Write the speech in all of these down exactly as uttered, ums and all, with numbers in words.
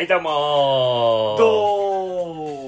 はいどうもーど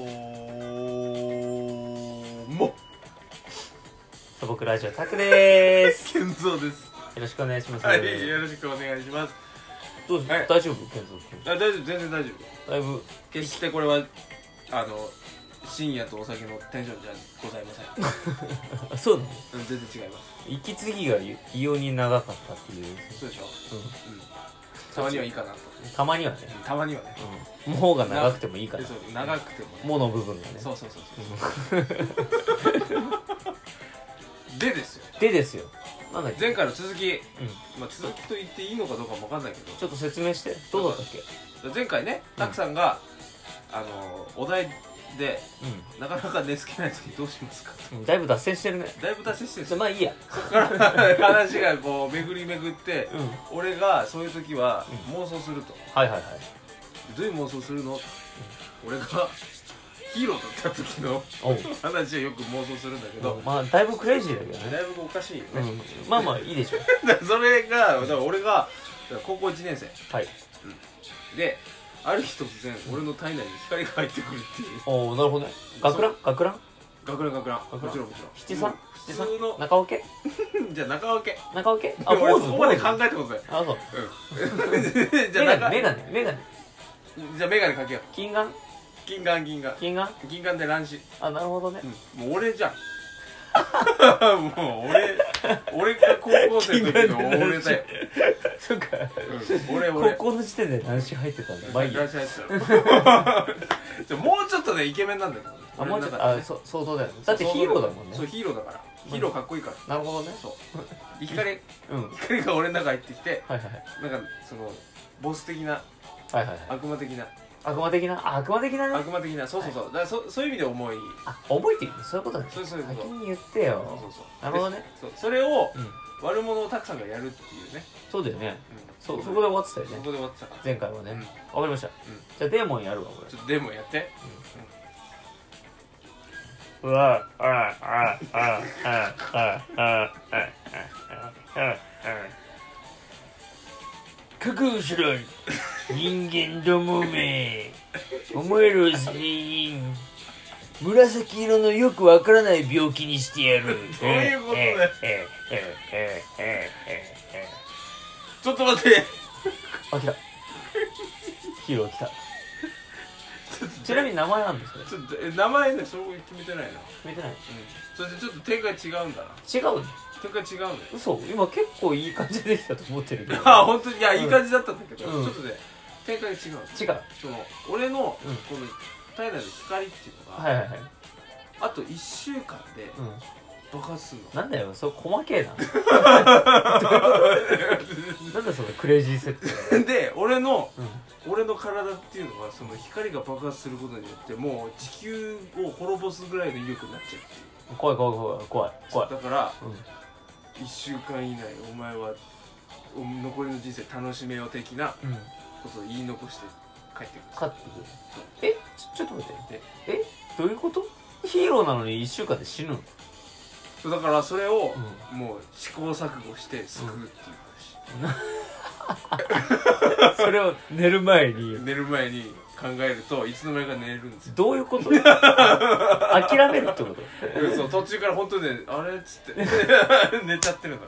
うも素朴ラジオタクでーす健三です。 よろしくお願いします。 はい、よろしくお願いします。 どうし、 はい、 大丈夫健三君。 あ、大丈夫、全然大丈夫。 だいぶ決してこれはあの深夜とお酒のテンションじゃございません。 そうなの、 うん、全然違います。 息継ぎが異様に長かったっていう。 そうでしょ、 うん、 うん、たまにはいいかなと。 たまにはね、 うん、たまにはね、 うん、もうが長くてもいいから。 そう長くてもね、 もの部分がね。 そうそうそうそうでですよ、 でですよ、なんだっけ、 前回の続き、 うん、 まあ、続きと言っていいのかどうかもわかんないけど、 ちょっと説明して。どうだったっけ。 前回ね、たくさんが、あのお題で、 うなかなか寝つけない時どうしますかと、 ん、だいぶ脱線してるね。 だいぶ脱線してるんですよ。 まあいいや。 そこから話がこう巡り巡って、 うん、 俺がそういう時はうん妄想すると、 はいはいはい。 どういう妄想するの、俺がヒーローだった時のおう話をよく妄想するんだけど、 まあだいぶクレイジーだけどね。 だいぶおかしいよね、 うん、まあまあいいでしょう。 だからそれがだから俺が高校いちねん生はい。 で、ある日突然俺の体内に光が入ってくるっていう。 おお、なるほどね。学ラン学ラン学ラン学ラン、 学ランもちろんもちろん七三普通の中分けじゃあ中分け、 中分けあ、 俺坊主そこまで考坊主えたことない。 あ、そううんじゃあ中メガネメガネメガネじゃあメガネかけよう。 金眼銀眼銀眼金眼銀眼で乱視。 あ、なるほどね。 うん、もう俺じゃんもう俺俺が高校生の時の俺だよ。 そっか、 うん、俺俺高校の時点で何し入ってたんだ。まあいいや。 乱視入ってたじゃあもうちょっとねイケメンなんだけど、 あ、もうちょっと、 俺の中でね、 あ、そ相当だよね。だってヒーローだもんね。 そうヒーローだから、ヒーローかっこいいから。 なるほどね。 そう光うん、 光が俺の中入ってきて、 はいはいはいなんかそのボス的なはいはいはい。 悪魔的な悪魔的な、あ、悪魔的なね。 悪魔的な、そうそうそう、だからそそういう意味で重い。 あ、覚えてる、そういうことね。 そうそういうこと。 先に言ってよ。 そうそうそう、 なるほどね。 そうそれをうん、 悪者をたくさんがやるっていうね。 そうだよね。 うん、 そう、そこで終わってたよね。 そこで終わってたから。 前回はね。 うん、 わかりました。 うん、 じゃあデーモンやるわ、俺。 ちょっとでもやって。 うわあああああああああ覚悟しろ人間どもめ、お前らを全員紫色のよくわからない病気にしてやる。 どういうことだよ。ちょっと待って。 あ、来た。ヒーロー来た。ちなみに名前なんですか。 ちょっとえ名前ね、そう決めてないな。 決めてない。 うん。それでちょっと展開違うんだな。 違うの。 展開違うのよ。 嘘、今結構いい感じでできたと思ってるけど。 あ、本当に、いや、いい感じだったんだけど、 うんちょっとね、展開が違う。 違う。 その俺のこうんの体内の光っていうのが、 はいはいはい。 あといっしゅうかんでうん。 爆発するの。 なんだよ、そう細けえな。なんだそのクレイジーセット。 で、俺のうん。 俺の体っていうのはその光が爆発することによってもう地球を滅ぼすぐらいの威力になっちゃうっていう。 怖い怖い怖い怖い怖い。 だからうん。 いっしゅうかん以内お前はお残りの人生楽しめよ的なうん。 ことを言い残して帰ってくる。 勝ってくる。え、ちょちょっと待って。え、どういうこと？ヒーローなのにいっしゅうかんで死ぬの？ そうだからそれをうもう試行錯誤して救うっていう話。 それを寝る前に。 寝る前に考えるといつの間にか寝れるんですよ。 どういうこと？諦めるってこと？ そう途中から本当にね、あれっつって寝ちゃってるの。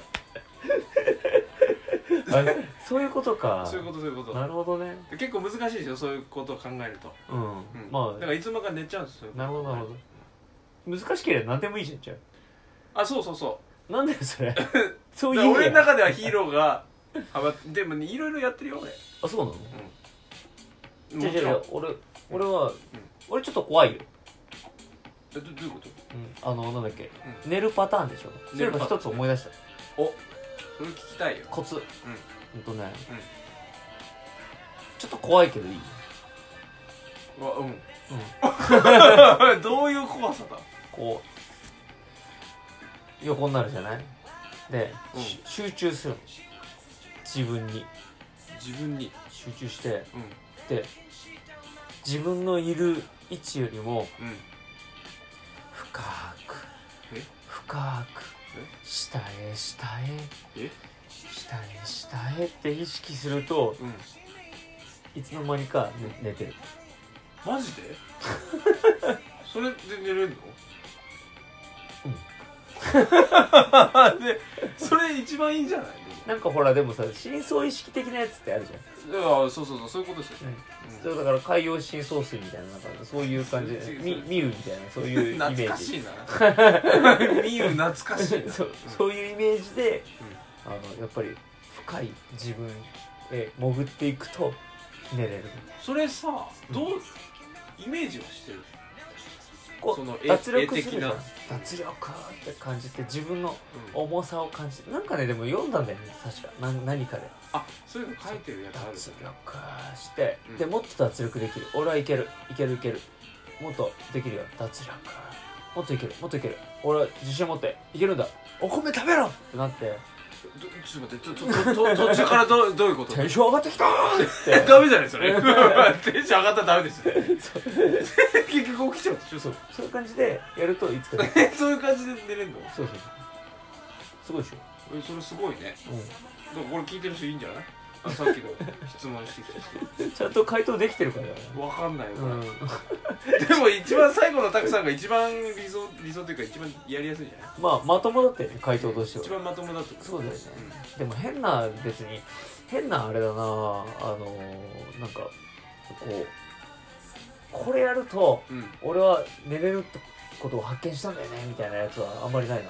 あ、そういうことか。 そういうことそういうこと。 なるほどね。 結構難しいですよ、そういうことを考えると。 うん。 うん、 まだからいつの間にか寝ちゃうんですよ。 あ、なるほどなるほど。難しければ何でもいいじゃん、じゃあ、そうそうそあ。なんだよそれ。そうう。 いう意味俺の中ではヒーローがはまでもね、いろいろやってるよ俺。 あ、そうなの？ うん。 じゃじゃもちろん。 俺俺は、俺ちょっと怖いよ。 えどどういうこと？ うん、あのなんだっけ、寝るパターンでしょ。そういうの一つ思い出した。 お、それ聞きたいよ。 コツ。 うん。 ほんとね、 うん。 ちょっと怖いけどいい。 うわ、うん。 うん。 どういう怖さだ？ こう横になるじゃない。で、 うんし集中するの。自分に自分に。 集中して、 うん。 で自分のいる位置よりもうん。 深くえ？ 深く下へ下へえ？ 下へ下へって意識すると、 うん。 いつの間にか、ね、寝てる。 マジでそれで寝れるの？うんでそれ一番いいんじゃない？ なんかほらでもさ、深層意識的なやつってあるじゃん。 いやそうそうそうそういうことですよね、 うんうん、そうだから海洋深層水みたいな、なんかそういう感じで見見るみたいな、そういうイメージ。 懐かしいな見る懐かしいなそうそういうイメージで、うん、あのやっぱり深い自分へ潜っていくと寝れる。 それさ、どう、うん、イメージはしてる？ こうその脱力するじゃん。 絵的な脱力って感じて自分の重さを感じて、うん、なんかねでも読んだんだよね確か。な何かで、 あ、そういうの書いてるやつある。 脱力して、うん、でもっと脱力できる、俺はいけるいけるいける、もっとできるよ脱力、もっといけるもっといける、俺は自信を持っていけるんだ、お米食べろってなって、 ちょっと待って、ちょっと途中からどどういうこと？ テンション上がってきたーってダメじゃないそれテンション上がったらダメですよ結局起きちゃうでしょ。 そうそういう感じでやるといつかそういう感じで寝れるの？ そうそうすごいでしょ。 え、それすごいね。 うん、 だからこれ聞いてる人いいんじゃない？あ、さっきの質問してきた人ちゃんと回答できてるからね。 わかんないよこれ、 うん、 でも一番最後のたくさんが一番理想理想というか一番やりやすいんじゃない？ まあまともだったよね回答としては。 一番まともだった。 そうだよね、うん、でも変な別に変なあれだな、あのー、なんかこうこれやると、うん、俺は寝れるってことを発見したんだよねみたいなやつはあんまりないな。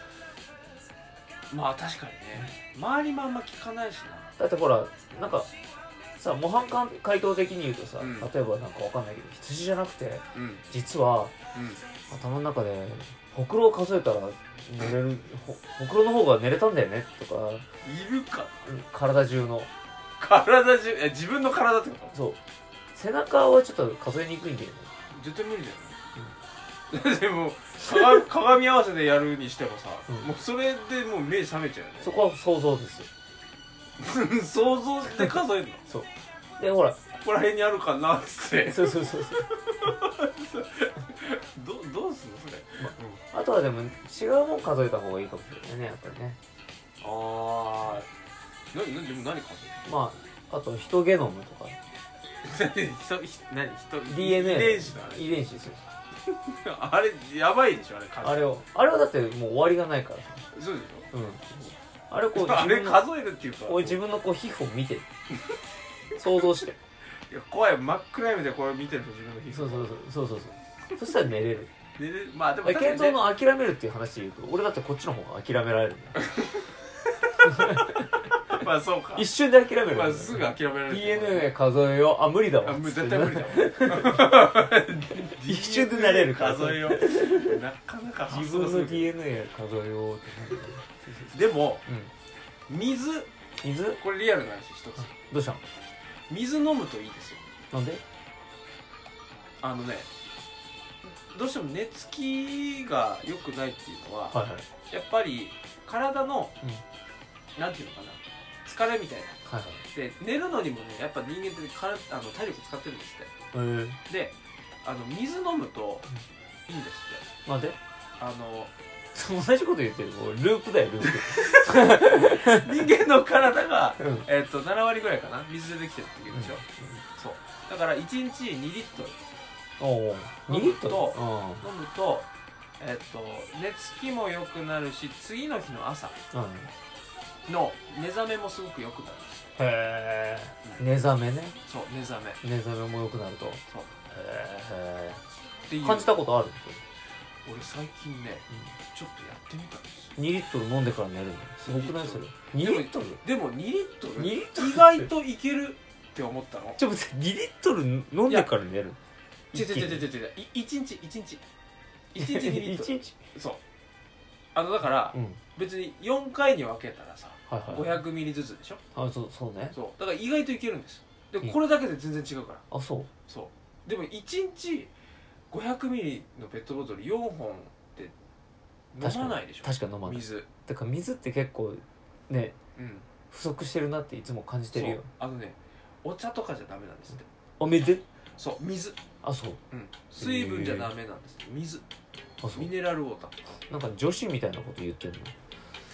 まあ確かにね、周りもあんま聞かないしな。 だってほらなんかさ、模範解答的に言うとさ、うん、例えばなんかわかんないけど羊じゃなくて、うん、実は、うん、頭の中でほくろを数えたら寝れる ほ, ほくろの方が寝れたんだよねとかいるか、 うん、体中の体中え自分の体ってこと？ そう背中はちょっと数えにくいんだよね。 絶対無理じゃない、うん、でも鏡, 鏡合わせでやるにしてもさ、うん、もうそれでもう目覚めちゃうよね。 そこは想像ですよ想像で数えるのそうでほらここら辺にあるかなっつってそうそうそうそうど, どうすんのそれ、 まうん、あとはでも違うもん数えた方がいいかもしれないねやっぱりね。 ああななでも何数える？ まああとヒトゲノムとか何人何人ディーエヌエー遺伝子のあれ遺伝子ですよあれやばいでしょあれ数あれをあれはだってもう終わりがないからさ。 そうでしょ、うん、 あれこうあれ数えるっていうかこう自分のこう皮膚を見て想像していや怖い真っ暗闇でこれ見てると自分の皮膚そうそうそうそうそうそうそしたら寝れる寝れる。まあでも健三の諦めるっていう話で言うと俺だってこっちの方が諦められるんだまあそうか一瞬で諦める、 まあすぐ諦められるディーエヌエー 数えようあ無理だわ絶対無理だわ一瞬でなれる数えようなかなか自分の ディーエヌエー 数えようってでも、 うん、 水水これリアルな話一つどうしたの？ 水飲むといいですよ。 なんで？ あのねどうしても寝つきが良くないっていうのは、はいはい、やっぱり体の、うん、なんていうのかな疲れみたいな、はいはい、で寝るのにもねやっぱ人間ってからあの体力使ってるんですって。であの水飲むといいんですって。 なんで？ あの同じこと言ってる。もうループだよループ人間の体が、うん、えー、とななわりぐらいかな水でできてるって言うでしょ、うんうん、そうだからいちにちにリットルおにリットル飲むと、えー、と寝つきも良くなるし次の日の朝の寝覚めもすごく良くなるんですよ。 へえ、うん、寝覚めね。 そう寝覚め寝覚めも良くなると。 そうへえ感じたことあるんですよ。 俺最近ね、うん、ちょっとやってみたんですよ。 にリットル飲んでから寝るのすごくないそれ？にリットルでもにリットル意外といけるって思ったの。 ちょっと待ってにリットル飲んでから寝る？ 違う違う違う違う違ういちにちいちにちいちにちにリットルいちにちそうあのだから、うん、別によんかいに分けたらさ、はいはい、ごひゃくミリずつでしょ。 あそうそうね。 そうだから意外といけるんですよ。でこれだけで全然違うから。 あそうそうでもいちにちごひゃくミリのペットボトルよんほんって飲まないでしょ。 確か飲まない。 水だから水って結構ね、うん、不足してるなっていつも感じてるよ。 あのねお茶とかじゃダメなんですって。 あめでそう水あそう、 うん、水分じゃダメなんです。水あそうミネラルウォーター。 なんか女子みたいなこと言ってるの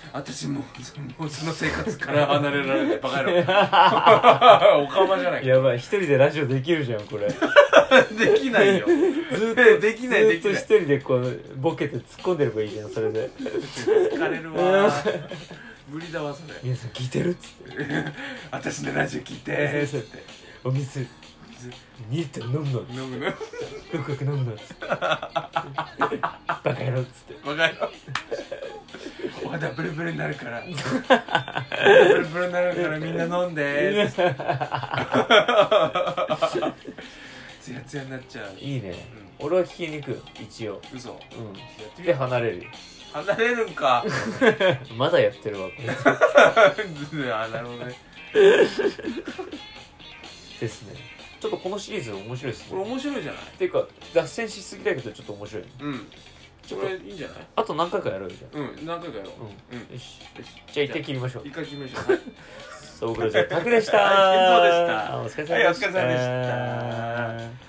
私もうそのもうその生活から離れられないバカ野郎おかまじゃないか。 やばい、一人でラジオできるじゃんこれできないよずっとできないできないずっと一人でこうボケて突っ込んでればいいじゃんそれで疲れるわ無理だわそれ。 皆さん聞いてるっつって私のラジオ聞いてっつってお水にリットル飲むのっつって飲むのよく飲むのっつってバカ野郎っつってバカ野郎お肌ブルブルになるからブルブルになるからみんな飲んでつやつやになっちゃう。 いいね、うん、俺は聞きに行く一応。 嘘。うんで離れるよ。 離れるんかまだやってるわこれあ、なるほどねですね。ちょっとこのシリーズ面白いですね。 これ面白いじゃない。 っていうか脱線しすぎだけどちょっと面白い、ね、 うんこれいいんじゃない。 あと何回かやろうよ。じゃあうん何回かやろう、うん、 よしじゃあ一回切りましょう。 一回切りましょう。はいそう、ブラジルタクでした。 はい、健三でした。 お疲れ様でした。 はい、お疲れ様でした。